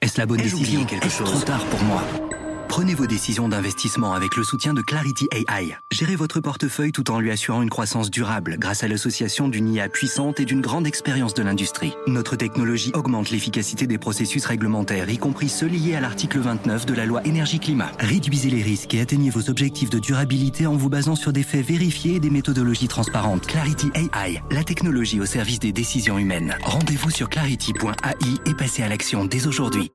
Est-ce la bonne décision? Est-ce trop tard pour moi? Prenez vos décisions d'investissement avec le soutien de Clarity AI. Gérez votre portefeuille tout en lui assurant une croissance durable grâce à l'association d'une IA puissante et d'une grande expérience de l'industrie. Notre technologie augmente l'efficacité des processus réglementaires, y compris ceux liés à l'article 29 de la loi Énergie-Climat. Réduisez les risques et atteignez vos objectifs de durabilité en vous basant sur des faits vérifiés et des méthodologies transparentes. Clarity AI, la technologie au service des décisions humaines. Rendez-vous sur clarity.ai et passez à l'action dès aujourd'hui.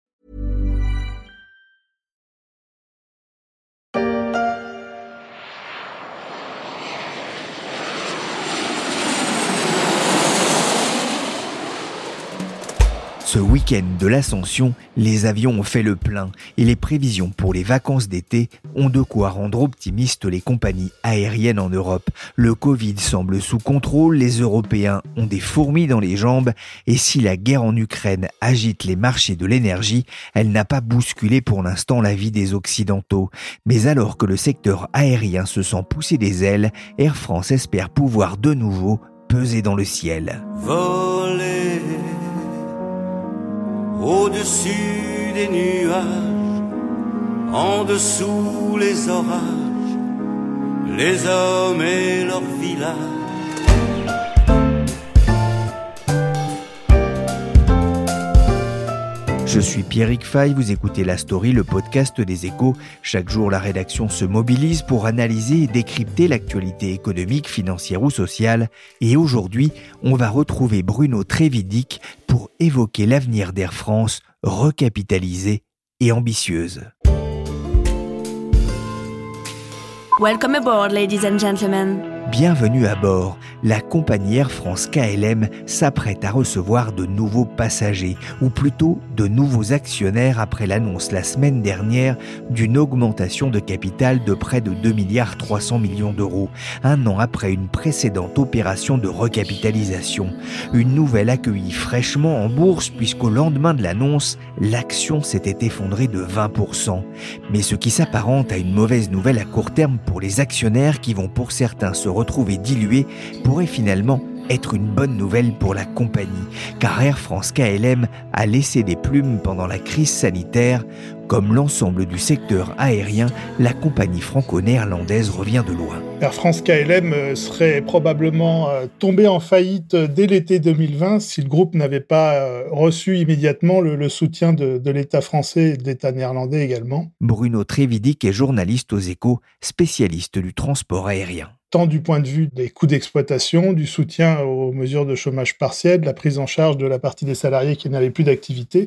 Ce week-end de l'Ascension, les avions ont fait le plein et les prévisions pour les vacances d'été ont de quoi rendre optimistes les compagnies aériennes en Europe. Le Covid semble sous contrôle, les Européens ont des fourmis dans les jambes et si la guerre en Ukraine agite les marchés de l'énergie, elle n'a pas bousculé pour l'instant la vie des Occidentaux. Mais alors que le secteur aérien se sent pousser des ailes, Air France espère pouvoir de nouveau peser dans le ciel. Voler au-dessus des nuages, en dessous les orages, les hommes et leurs villages. Je suis Pierrick Fay, vous écoutez La Story, le podcast des Échos. Chaque jour, la rédaction se mobilise pour analyser et décrypter l'actualité économique, financière ou sociale. Et aujourd'hui, on va retrouver Bruno Trévidic pour évoquer l'avenir d'Air France, recapitalisée et ambitieuse. Welcome aboard, ladies and gentlemen. Bienvenue à bord. La compagnie Air France KLM s'apprête à recevoir de nouveaux passagers, ou plutôt de nouveaux actionnaires après l'annonce la semaine dernière d'une augmentation de capital de près de 2,3 milliards d'euros, un an après une précédente opération de recapitalisation. Une nouvelle accueillie fraîchement en bourse puisqu'au lendemain de l'annonce, l'action s'était effondrée de 20%. Mais ce qui s'apparente à une mauvaise nouvelle à court terme pour les actionnaires qui vont pour certains se retrouver dilués pourrait finalement être une bonne nouvelle pour la compagnie, car Air France KLM a laissé des plumes pendant la crise sanitaire. Comme l'ensemble du secteur aérien, la compagnie franco-néerlandaise revient de loin. Air France KLM serait probablement tombé en faillite dès l'été 2020 si le groupe n'avait pas reçu immédiatement le soutien de l'État français et de l'État néerlandais également. Bruno Trévidic est journaliste aux Échos, spécialiste du transport aérien. Tant du point de vue des coûts d'exploitation, du soutien aux mesures de chômage partiel, de la prise en charge de la partie des salariés qui n'avaient plus d'activité,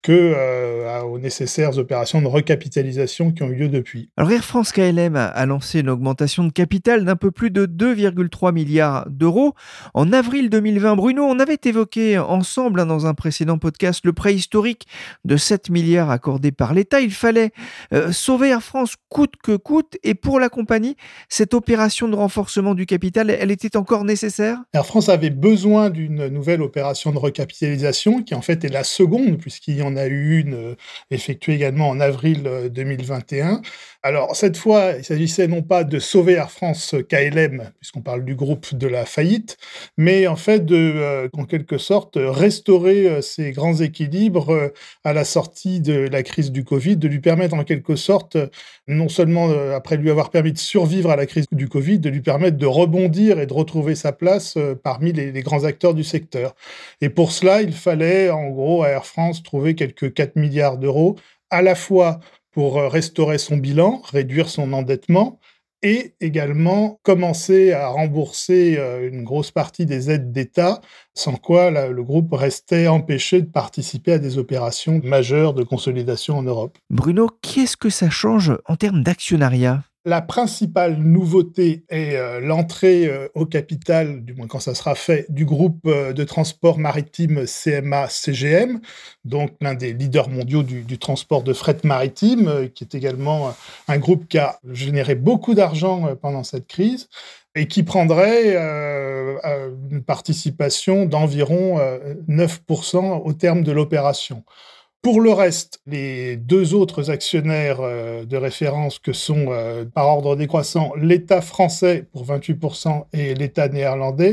aux nécessaires opérations de recapitalisation qui ont eu lieu depuis. Alors Air France KLM a lancé une augmentation de capital d'un peu plus de 2,3 milliards d'euros. En avril 2020, Bruno, on avait évoqué ensemble dans un précédent podcast le prêt historique de 7 milliards accordé par l'État. Il fallait sauver Air France coûte que coûte et pour la compagnie, cette opération de renforcement du capital, elle était encore nécessaire ? Air France avait besoin d'une nouvelle opération de recapitalisation qui en fait est la seconde puisqu'il y en a eu une effectuée également en avril 2021. Alors, cette fois, il s'agissait non pas de sauver Air France KLM, puisqu'on parle du groupe de la faillite, mais en fait de, en quelque sorte, restaurer ces grands équilibres à la sortie de la crise du Covid, de lui permettre en quelque sorte, non seulement après lui avoir permis de survivre à la crise du Covid, de lui permettre de rebondir et de retrouver sa place parmi les grands acteurs du secteur. Et pour cela, il fallait, en gros, à Air France, trouver quelques 4 milliards d'euros, à la fois pour restaurer son bilan, réduire son endettement, et également commencer à rembourser une grosse partie des aides d'État, sans quoi le groupe restait empêché de participer à des opérations majeures de consolidation en Europe. Bruno, qu'est-ce que ça change en termes d'actionnariat ? La principale nouveauté est l'entrée au capital, du moins quand ça sera fait, du groupe de transport maritime CMA-CGM, donc l'un des leaders mondiaux du transport de fret maritime, qui est également un groupe qui a généré beaucoup d'argent pendant cette crise et qui prendrait une participation d'environ 9% au terme de l'opération. Pour le reste, les deux autres actionnaires de référence que sont, par ordre décroissant, l'État français pour 28% et l'État néerlandais,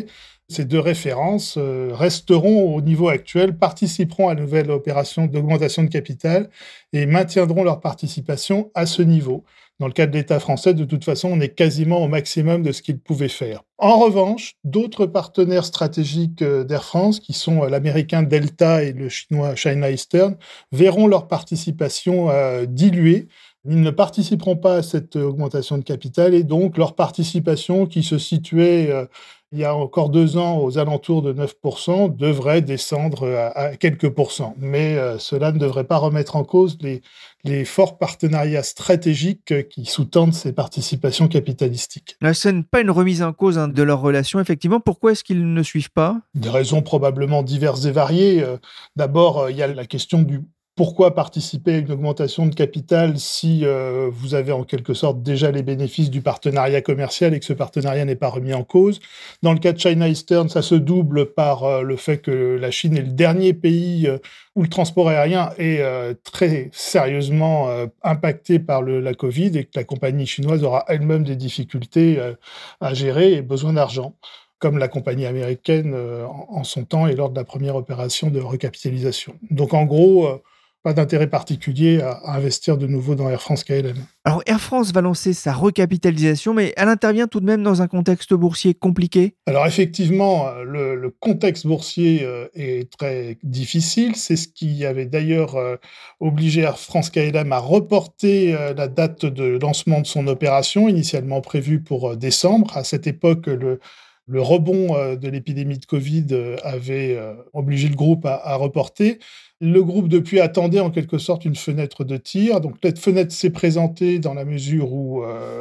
Ces deux références resteront au niveau actuel, participeront à la nouvelle opération d'augmentation de capital et maintiendront leur participation à ce niveau. Dans le cas de l'État français, de toute façon, on est quasiment au maximum de ce qu'il pouvait faire. En revanche, d'autres partenaires stratégiques d'Air France, qui sont l'américain Delta et le chinois China Eastern, verront leur participation diluée. Ils ne participeront pas à cette augmentation de capital et donc leur participation qui se situait il y a encore 2 ans aux alentours de 9% devrait descendre à quelques pourcents. Mais cela ne devrait pas remettre en cause les forts partenariats stratégiques qui sous-tendent ces participations capitalistiques. Là, ce n'est pas une remise en cause de leur relation, effectivement. Pourquoi est-ce qu'ils ne suivent pas ? Des raisons probablement diverses et variées. D'abord, il y a la question du pourquoi participer à une augmentation de capital si vous avez en quelque sorte déjà les bénéfices du partenariat commercial et que ce partenariat n'est pas remis en cause. Dans le cas de China Eastern, ça se double par le fait que la Chine est le dernier pays où le transport aérien est très sérieusement impacté par la Covid et que la compagnie chinoise aura elle-même des difficultés à gérer et besoin d'argent, comme la compagnie américaine en son temps et lors de la première opération de recapitalisation. Donc en gros, pas d'intérêt particulier à investir de nouveau dans Air France KLM. Alors Air France va lancer sa recapitalisation, mais elle intervient tout de même dans un contexte boursier compliqué. Alors effectivement, le contexte boursier est très difficile. C'est ce qui avait d'ailleurs obligé Air France KLM à reporter la date de lancement de son opération, initialement prévue pour décembre. À cette époque, le rebond de l'épidémie de Covid avait obligé le groupe à reporter. Le groupe, depuis, attendait en quelque sorte une fenêtre de tir. Donc, cette fenêtre s'est présentée dans la mesure où,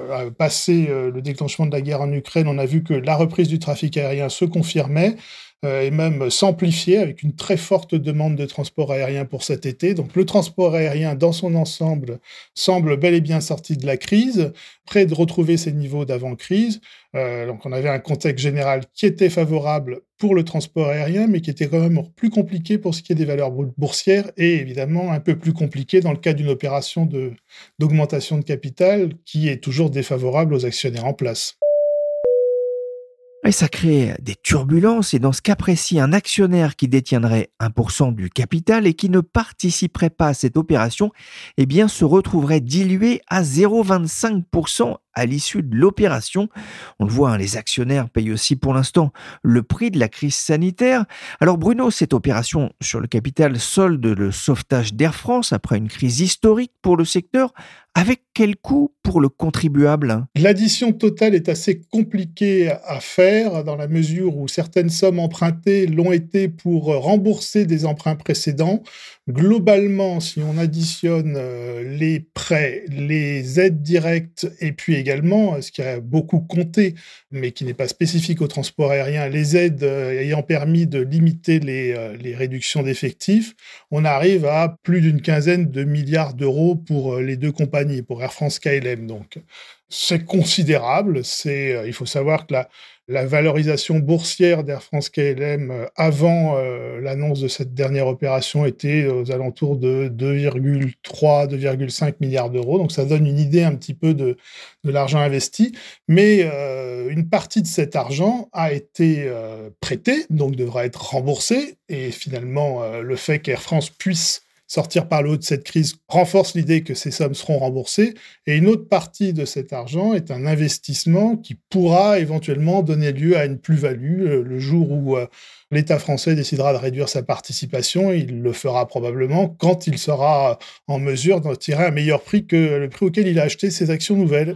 passé le déclenchement de la guerre en Ukraine, on a vu que la reprise du trafic aérien se confirmait et même s'amplifiait avec une très forte demande de transport aérien pour cet été. Donc, le transport aérien, dans son ensemble, semble bel et bien sorti de la crise, prêt de retrouver ses niveaux d'avant-crise. Donc, on avait un contexte général qui était favorable pour le transport aérien, mais qui était quand même plus compliqué pour ce qui est des valeurs boursières et évidemment un peu plus compliqué dans le cas d'une opération d'augmentation de capital qui est toujours défavorable aux actionnaires en place. Et ça crée des turbulences et dans ce qu'apprécie un actionnaire qui détiendrait 1% du capital et qui ne participerait pas à cette opération, eh bien se retrouverait dilué à 0,25% à l'issue de l'opération. On le voit, les actionnaires payent aussi pour l'instant le prix de la crise sanitaire. Alors Bruno, cette opération sur le capital solde le sauvetage d'Air France après une crise historique pour le secteur. Avec quel coût pour le contribuable ? L'addition totale est assez compliquée à faire dans la mesure où certaines sommes empruntées l'ont été pour rembourser des emprunts précédents. Globalement, si on additionne les prêts, les aides directes et puis également, ce qui a beaucoup compté, mais qui n'est pas spécifique au transport aérien, les aides ayant permis de limiter les réductions d'effectifs, on arrive à plus d'une quinzaine de milliards d'euros pour les deux compagnies, pour Air France KLM. Donc, c'est considérable. Il faut savoir que la valorisation boursière d'Air France KLM avant l'annonce de cette dernière opération était aux alentours de 2,3, 2,5 milliards d'euros. Donc ça donne une idée un petit peu de l'argent investi. Mais une partie de cet argent a été prêtée, donc devra être remboursée. Et finalement, le fait qu'Air France puisse sortir par le haut de cette crise renforce l'idée que ces sommes seront remboursées. Et une autre partie de cet argent est un investissement qui pourra éventuellement donner lieu à une plus-value. Le jour où l'État français décidera de réduire sa participation, il le fera probablement quand il sera en mesure d'en tirer un meilleur prix que le prix auquel il a acheté ses actions nouvelles.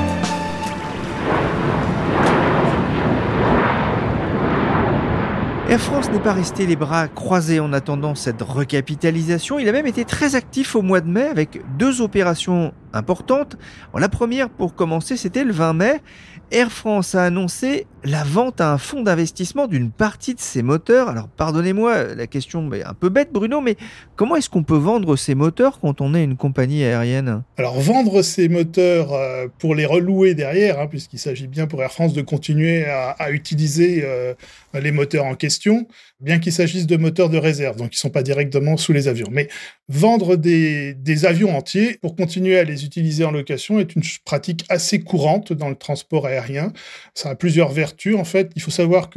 Air France n'est pas resté les bras croisés en attendant cette recapitalisation. Il a même été très actif au mois de mai avec 2 opérations importantes. Alors, la première, pour commencer, c'était le 20 mai. Air France a annoncé la vente à un fonds d'investissement d'une partie de ses moteurs. Alors, pardonnez-moi, la question est un peu bête, Bruno, mais comment est-ce qu'on peut vendre ces moteurs quand on est une compagnie aérienne ? Alors, vendre ces moteurs pour les relouer derrière, puisqu'il s'agit bien pour Air France de continuer à utiliser les moteurs en question, bien qu'il s'agisse de moteurs de réserve, donc ils ne sont pas directement sous les avions. Mais vendre des avions entiers pour continuer à les utiliser en location est une pratique assez courante dans le transport aérien. Ça a plusieurs vertus. En fait, il faut savoir que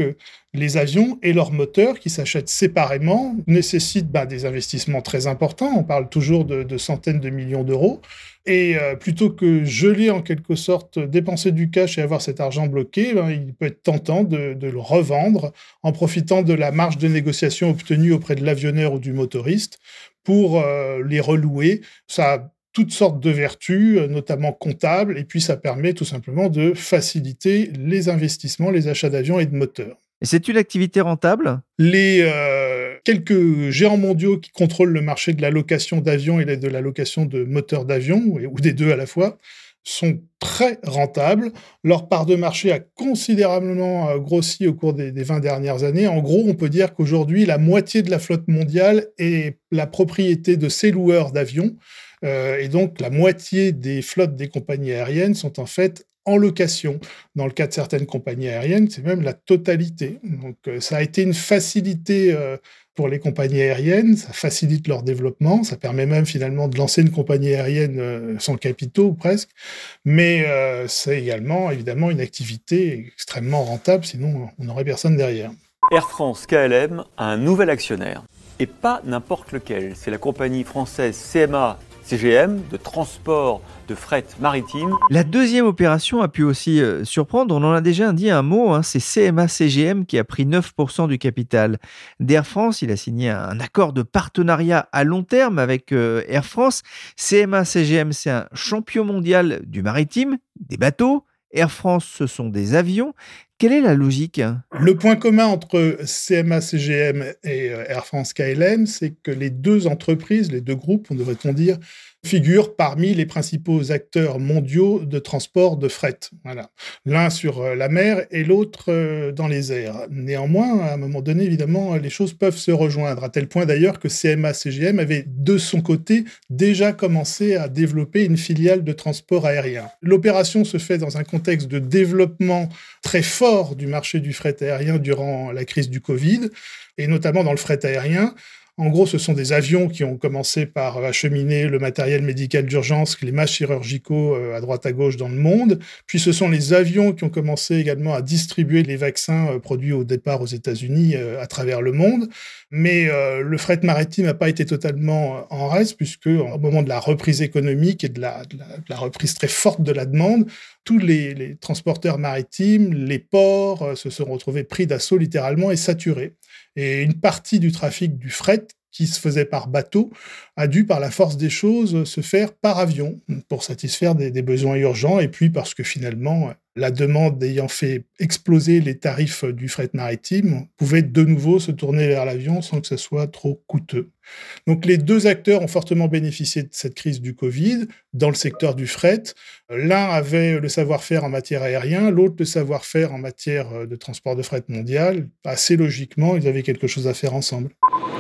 Les avions et leurs moteurs qui s'achètent séparément nécessitent des investissements très importants. On parle toujours de centaines de millions d'euros. Et plutôt que geler en quelque sorte, dépenser du cash et avoir cet argent bloqué, il peut être tentant de le revendre en profitant de la marge de négociation obtenue auprès de l'avionneur ou du motoriste pour les relouer. Ça a toutes sortes de vertus, notamment comptables, et puis ça permet tout simplement de faciliter les investissements, les achats d'avions et de moteurs. Et c'est une activité rentable ? Les quelques géants mondiaux qui contrôlent le marché de la location d'avions et de la location de moteurs d'avions, ou des deux à la fois, sont très rentables. Leur part de marché a considérablement grossi au cours des 20 dernières années. En gros, on peut dire qu'aujourd'hui, la moitié de la flotte mondiale est la propriété de ces loueurs d'avions. Et donc, la moitié des flottes des compagnies aériennes sont en fait en location. Dans le cas de certaines compagnies aériennes, c'est même la totalité. Donc, ça a été une facilité pour les compagnies aériennes, ça facilite leur développement, ça permet même finalement de lancer une compagnie aérienne sans capitaux ou presque, mais c'est également évidemment une activité extrêmement rentable, sinon on n'aurait personne derrière. Air France KLM a un nouvel actionnaire, et pas n'importe lequel, c'est la compagnie française CMA CGM, de transport de fret maritime. La deuxième opération a pu aussi surprendre, on en a déjà dit un mot, c'est CMA CGM qui a pris 9% du capital d'Air France. Il a signé un accord de partenariat à long terme avec Air France. CMA CGM, c'est un champion mondial du maritime, des bateaux. Air France, ce sont des avions. Quelle est la logique ? Le point commun entre CMA CGM et Air France KLM, c'est que les deux entreprises, les deux groupes, on devrait-on dire, figurent parmi les principaux acteurs mondiaux de transport de fret. Voilà. L'un sur la mer et l'autre dans les airs. Néanmoins, à un moment donné, évidemment, les choses peuvent se rejoindre, à tel point d'ailleurs que CMA CGM avait de son côté déjà commencé à développer une filiale de transport aérien. L'opération se fait dans un contexte de développement très fort du marché du fret aérien durant la crise du Covid, et notamment dans le fret aérien. En gros, ce sont des avions qui ont commencé par acheminer le matériel médical d'urgence, les masques chirurgicaux à droite à gauche dans le monde. Puis ce sont les avions qui ont commencé également à distribuer les vaccins produits au départ aux États-Unis à travers le monde. Mais le fret maritime n'a pas été totalement en reste, puisque au moment de la reprise économique et de la reprise très forte de la demande, tous les transporteurs maritimes, les ports se sont retrouvés pris d'assaut littéralement et saturés. Et une partie du trafic du fret qui se faisait par bateau a dû, par la force des choses, se faire par avion pour satisfaire des besoins urgents, et puis parce que finalement, la demande ayant fait exploser les tarifs du fret maritime, on pouvait de nouveau se tourner vers l'avion sans que ce soit trop coûteux. Donc les deux acteurs ont fortement bénéficié de cette crise du Covid dans le secteur du fret. L'un avait le savoir-faire en matière aérienne, l'autre le savoir-faire en matière de transport de fret mondial. Assez logiquement, ils avaient quelque chose à faire ensemble.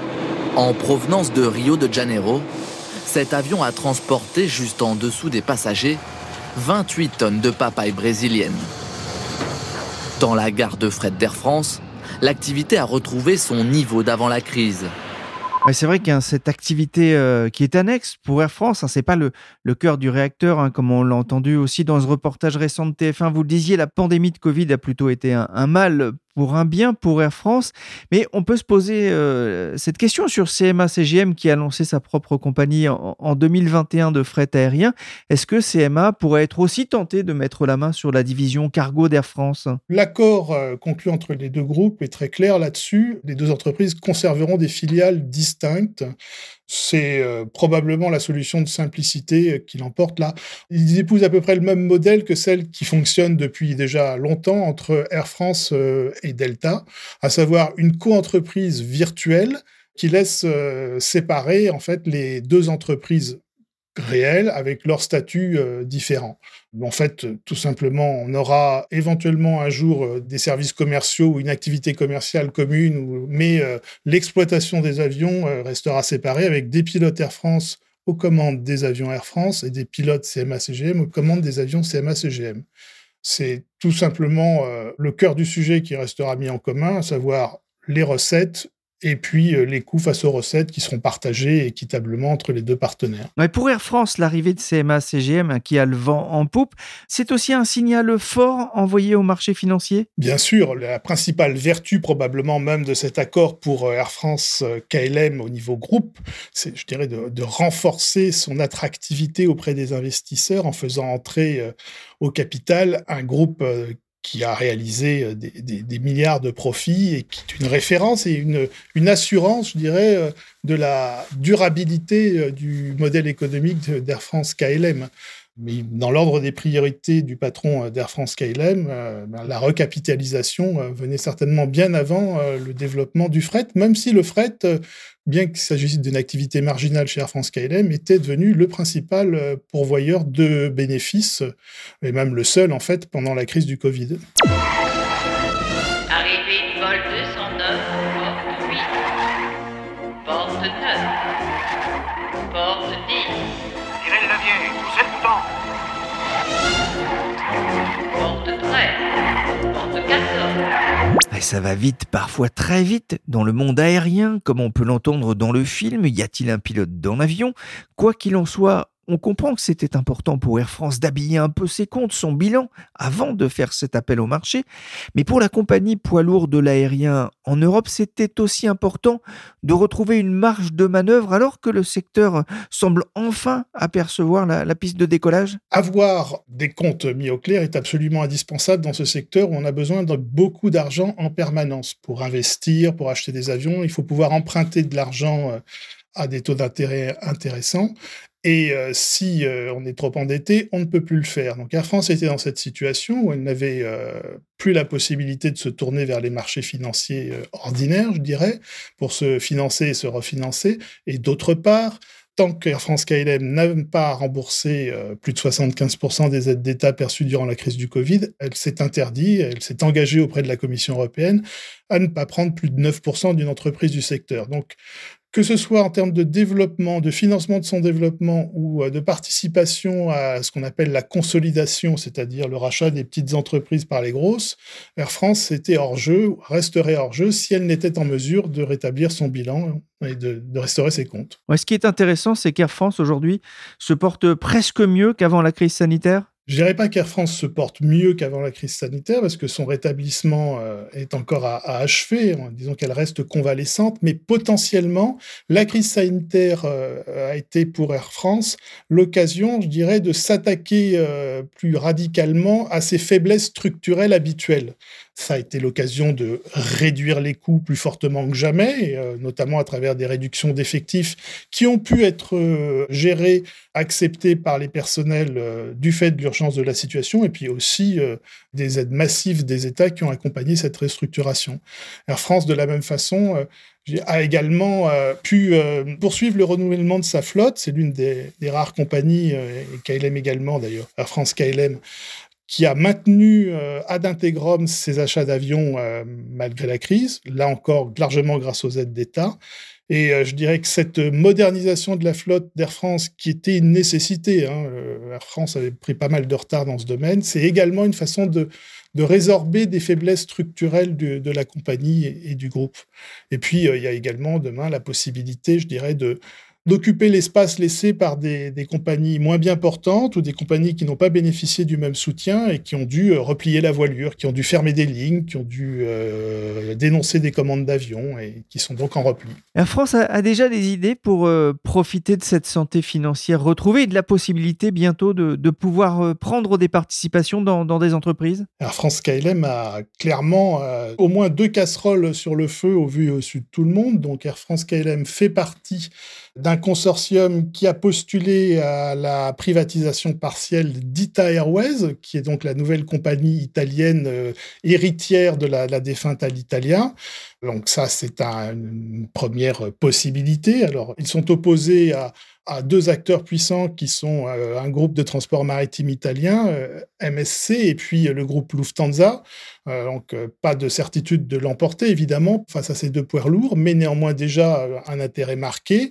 En provenance de Rio de Janeiro, cet avion a transporté juste en dessous des passagers 28 tonnes de papaye brésilienne. Dans la gare de fret d'Air France, l'activité a retrouvé son niveau d'avant la crise. Ouais, c'est vrai qu'il y a cette activité qui est annexe pour Air France. C'est pas le cœur du réacteur, comme on l'a entendu aussi dans ce reportage récent de TF1. Vous le disiez, la pandémie de Covid a plutôt été un mal pour un bien pour Air France. Mais on peut se poser cette question sur CMA CGM qui a lancé sa propre compagnie en 2021 de fret aérien. Est-ce que CMA pourrait être aussi tenté de mettre la main sur la division cargo d'Air France ? L'accord conclu entre les deux groupes est très clair là-dessus. Les deux entreprises conserveront des filiales distinctes. C'est probablement la solution de simplicité qui l'emporte là. Ils épousent à peu près le même modèle que celle qui fonctionne depuis déjà longtemps entre Air France et Delta, à savoir une co-entreprise virtuelle qui laisse séparer en fait les deux entreprises réelles avec leurs statuts différents. En fait, tout simplement, on aura éventuellement un jour des services commerciaux ou une activité commerciale commune, mais l'exploitation des avions restera séparée avec des pilotes Air France aux commandes des avions Air France et des pilotes CMA-CGM aux commandes des avions CMA-CGM. C'est tout simplement le cœur du sujet qui restera mis en commun, à savoir les recettes et puis les coûts face aux recettes qui seront partagés équitablement entre les deux partenaires. Ouais, pour Air France, l'arrivée de CMA-CGM qui a le vent en poupe, c'est aussi un signal fort envoyé au marché financier ? Bien sûr, la principale vertu probablement même de cet accord pour Air France KLM au niveau groupe, c'est, je dirais, de renforcer son attractivité auprès des investisseurs en faisant entrer au capital un groupe qui a réalisé des milliards de profits et qui est une référence et une assurance, je dirais, de la durabilité du modèle économique d'Air France KLM. Mais dans l'ordre des priorités du patron d'Air France KLM, la recapitalisation venait certainement bien avant le développement du fret, même si le fret, bien qu'il s'agisse d'une activité marginale chez Air France KLM, était devenu le principal pourvoyeur de bénéfices, et même le seul en fait pendant la crise du Covid. Arrivée du vol 209, porte 8, porte 9, porte 10. Tirez le levier, poussez le bouton. Porte 13, porte 14. Et ça va vite, parfois très vite, dans le monde aérien, comme on peut l'entendre dans le film. Y a-t-il un pilote dans l'avion ? Quoi qu'il en soit, on comprend que c'était important pour Air France d'habiller un peu ses comptes, son bilan, avant de faire cet appel au marché. Mais pour la compagnie poids lourd de l'aérien en Europe, c'était aussi important de retrouver une marge de manœuvre alors que le secteur semble enfin apercevoir la piste de décollage. Avoir des comptes mis au clair est absolument indispensable dans ce secteur où on a besoin de beaucoup d'argent en permanence. Pour investir, pour acheter des avions, il faut pouvoir emprunter de l'argent à des taux d'intérêt intéressants. Et si on est trop endetté, on ne peut plus le faire. Donc Air France était dans cette situation où elle n'avait plus la possibilité de se tourner vers les marchés financiers ordinaires, je dirais, pour se financer et se refinancer. Et d'autre part, tant qu'Air France KLM n'a pas remboursé plus de 75% des aides d'État perçues durant la crise du Covid, elle s'est engagée auprès de la Commission européenne à ne pas prendre plus de 9% d'une entreprise du secteur. Donc, que ce soit en termes de développement, de financement de son développement ou de participation à ce qu'on appelle la consolidation, c'est-à-dire le rachat des petites entreprises par les grosses, Air France était hors jeu, resterait hors jeu si elle n'était en mesure de rétablir son bilan et de restaurer ses comptes. Ouais, ce qui est intéressant, c'est qu'Air France aujourd'hui se porte presque mieux qu'avant la crise sanitaire. Je dirais pas qu'Air France se porte mieux qu'avant la crise sanitaire, parce que son rétablissement est encore à achever. Disons qu'elle reste convalescente, mais potentiellement, la crise sanitaire a été pour Air France l'occasion, je dirais, de s'attaquer plus radicalement à ses faiblesses structurelles habituelles. Ça a été l'occasion de réduire les coûts plus fortement que jamais, notamment à travers des réductions d'effectifs qui ont pu être gérées, acceptées par les personnels du fait de l'urgence de la situation, et puis aussi des aides massives des États qui ont accompagné cette restructuration. Air France, de la même façon, a également pu poursuivre le renouvellement de sa flotte. C'est l'une des rares compagnies, et KLM également d'ailleurs, Air France KLM, qui a maintenu ad intégrum ses achats d'avions malgré la crise, là encore largement grâce aux aides d'État. Et je dirais que cette modernisation de la flotte d'Air France, qui était une nécessité, Air France avait pris pas mal de retard dans ce domaine, c'est également une façon de résorber des faiblesses structurelles de la compagnie et du groupe. Et puis, il y a également demain la possibilité, je dirais, d'occuper l'espace laissé par des compagnies moins bien portantes ou des compagnies qui n'ont pas bénéficié du même soutien et qui ont dû replier la voilure, qui ont dû fermer des lignes, qui ont dû dénoncer des commandes d'avions et qui sont donc en repli. Air France a déjà des idées pour profiter de cette santé financière retrouvée et de la possibilité bientôt de pouvoir prendre des participations dans des entreprises ? Air France KLM a clairement au moins 2 casseroles sur le feu au vu et au su de tout le monde. Donc Air France KLM fait partie d'un consortium qui a postulé à la privatisation partielle d'Ita Airways, qui est donc la nouvelle compagnie italienne héritière de la défunte Alitalia. Donc ça, c'est une première possibilité. Alors, ils sont opposés à 2 acteurs puissants qui sont un groupe de transport maritime italien, MSC, et puis le groupe Lufthansa. Donc, pas de certitude de l'emporter, évidemment, face à ces 2 poids lourds, mais néanmoins déjà un intérêt marqué.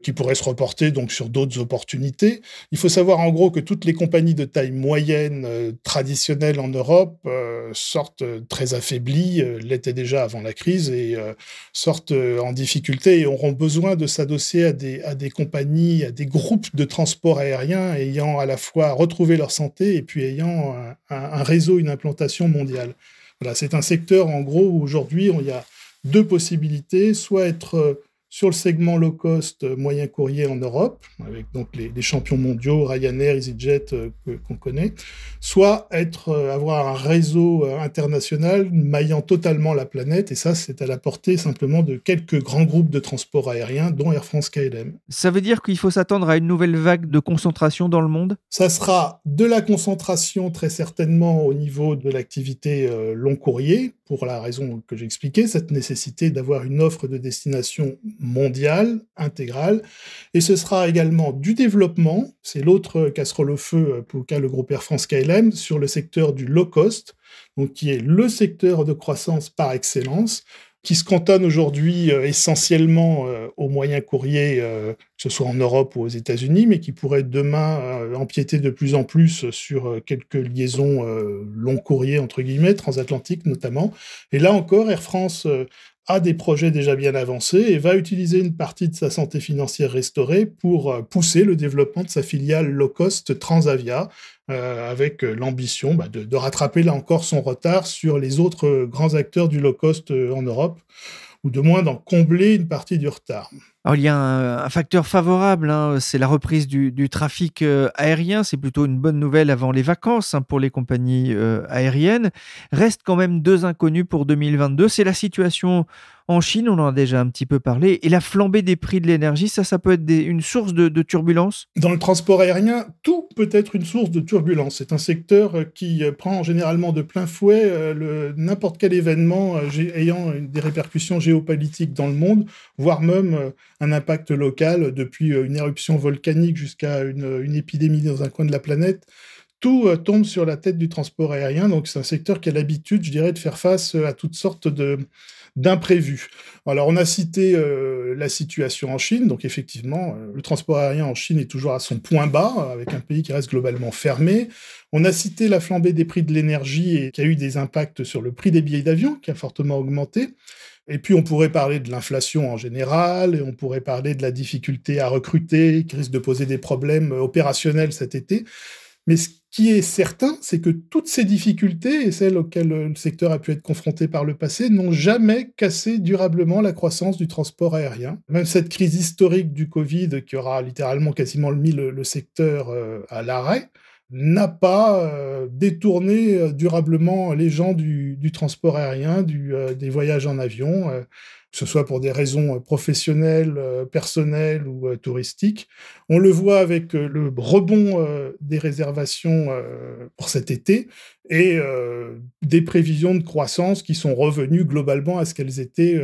qui pourrait se reporter donc sur d'autres opportunités. Il faut savoir en gros que toutes les compagnies de taille moyenne traditionnelles en Europe sortent très affaiblies, l'étaient déjà avant la crise, et sortent en difficulté et auront besoin de s'adosser à des compagnies, à des groupes de transport aérien ayant à la fois retrouvé leur santé et puis ayant un réseau, une implantation mondiale. Voilà, c'est un secteur en gros où aujourd'hui il y a deux possibilités, soit être sur le segment low cost moyen courrier en Europe, avec donc les champions mondiaux, Ryanair, EasyJet qu'on connaît, soit avoir un réseau international maillant totalement la planète, et ça c'est à la portée simplement de quelques grands groupes de transport aérien, dont Air France KLM. Ça veut dire qu'il faut s'attendre à une nouvelle vague de concentration dans le monde ? Ça sera de la concentration très certainement au niveau de l'activité long courrier, pour la raison que j'ai expliquée, cette nécessité d'avoir une offre de destination mondiale, intégrale, et ce sera également du développement, c'est l'autre casserole au feu pour le groupe Air France KLM, sur le secteur du low cost, donc qui est le secteur de croissance par excellence, qui se cantonne aujourd'hui essentiellement au moyen courrier, que ce soit en Europe ou aux États-Unis, mais qui pourrait demain empiéter de plus en plus sur quelques liaisons long courrier, entre guillemets, transatlantiques notamment. Et là encore, Air France a des projets déjà bien avancés et va utiliser une partie de sa santé financière restaurée pour pousser le développement de sa filiale low-cost Transavia, avec l'ambition de rattraper là encore son retard sur les autres grands acteurs du low-cost en Europe, ou de moins d'en combler une partie du retard. Alors, il y a un facteur favorable, c'est la reprise du trafic aérien. C'est plutôt une bonne nouvelle avant les vacances pour les compagnies aériennes. Reste quand même deux inconnus pour 2022. C'est la situation en Chine, on en a déjà un petit peu parlé, et la flambée des prix de l'énergie, ça peut être une source de turbulence ? Dans le transport aérien, tout peut être une source de turbulence. C'est un secteur qui prend généralement de plein fouet n'importe quel événement ayant des répercussions géopolitiques dans le monde, voire même un impact local, depuis une éruption volcanique jusqu'à une épidémie dans un coin de la planète. Tout tombe sur la tête du transport aérien, donc c'est un secteur qui a l'habitude, je dirais, de faire face à toutes sortes d'imprévus. Alors, on a cité la situation en Chine, donc effectivement, le transport aérien en Chine est toujours à son point bas, avec un pays qui reste globalement fermé. On a cité la flambée des prix de l'énergie et qui a eu des impacts sur le prix des billets d'avion, qui a fortement augmenté. Et puis, on pourrait parler de l'inflation en général, et on pourrait parler de la difficulté à recruter, qui risque de poser des problèmes opérationnels cet été. Mais ce qui est certain, c'est que toutes ces difficultés, et celles auxquelles le secteur a pu être confronté par le passé, n'ont jamais cassé durablement la croissance du transport aérien. Même cette crise historique du Covid, qui aura littéralement quasiment mis le secteur à l'arrêt, n'a pas détourné durablement les gens du transport aérien, des voyages en avion, que ce soit pour des raisons professionnelles, personnelles ou touristiques. On le voit avec le rebond des réservations pour cet été et des prévisions de croissance qui sont revenues globalement à ce qu'elles étaient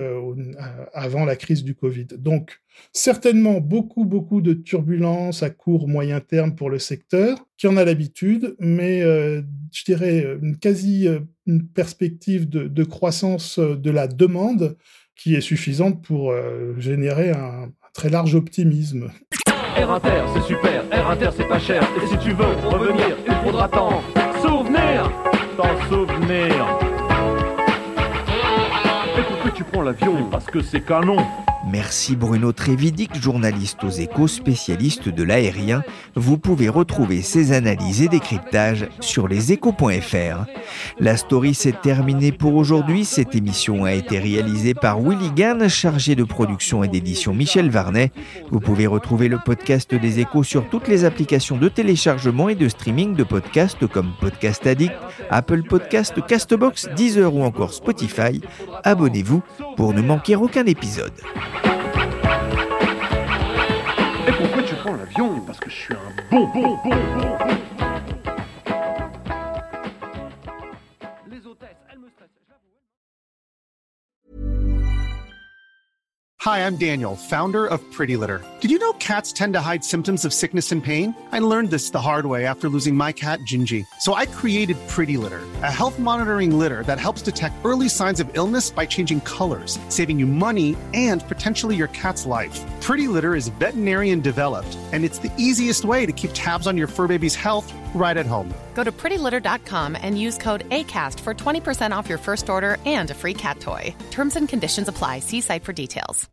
avant la crise du Covid. Donc, certainement beaucoup de turbulences à court, moyen terme pour le secteur, qui en a l'habitude, mais je dirais une perspective de croissance de la demande qui est suffisante pour générer un très large optimisme. Air Inter, c'est super, Air Inter, c'est pas cher. Et si tu veux revenir, il faudra t'en souvenir. Et pourquoi tu prends l'avion ? Parce que c'est canon. Merci Bruno Trévidic, journaliste aux Échos, spécialiste de l'aérien. Vous pouvez retrouver ses analyses et décryptages sur leséchos.fr. La story s'est terminée pour aujourd'hui. Cette émission a été réalisée par Willy Gann, chargé de production et d'édition Michel Varnet. Vous pouvez retrouver le podcast des Échos sur toutes les applications de téléchargement et de streaming de podcasts comme Podcast Addict, Apple Podcast, Castbox, Deezer ou encore Spotify. Abonnez-vous pour ne manquer aucun épisode. Et pourquoi tu prends l'avion ? Parce que je suis un bon. Les hôtesses, elles me stressent. Hi, I'm Daniel, founder of Pretty Litter. Did you know cats tend to hide symptoms of sickness and pain? I learned this the hard way after losing my cat, Gingy. So I created Pretty Litter, a health monitoring litter that helps detect early signs of illness by changing colors, saving you money and potentially your cat's life. Pretty Litter is veterinarian developed, and it's the easiest way to keep tabs on your fur baby's health right at home. Go to prettylitter.com and use code ACAST for 20% off your first order and a free cat toy. Terms and conditions apply. See site for details.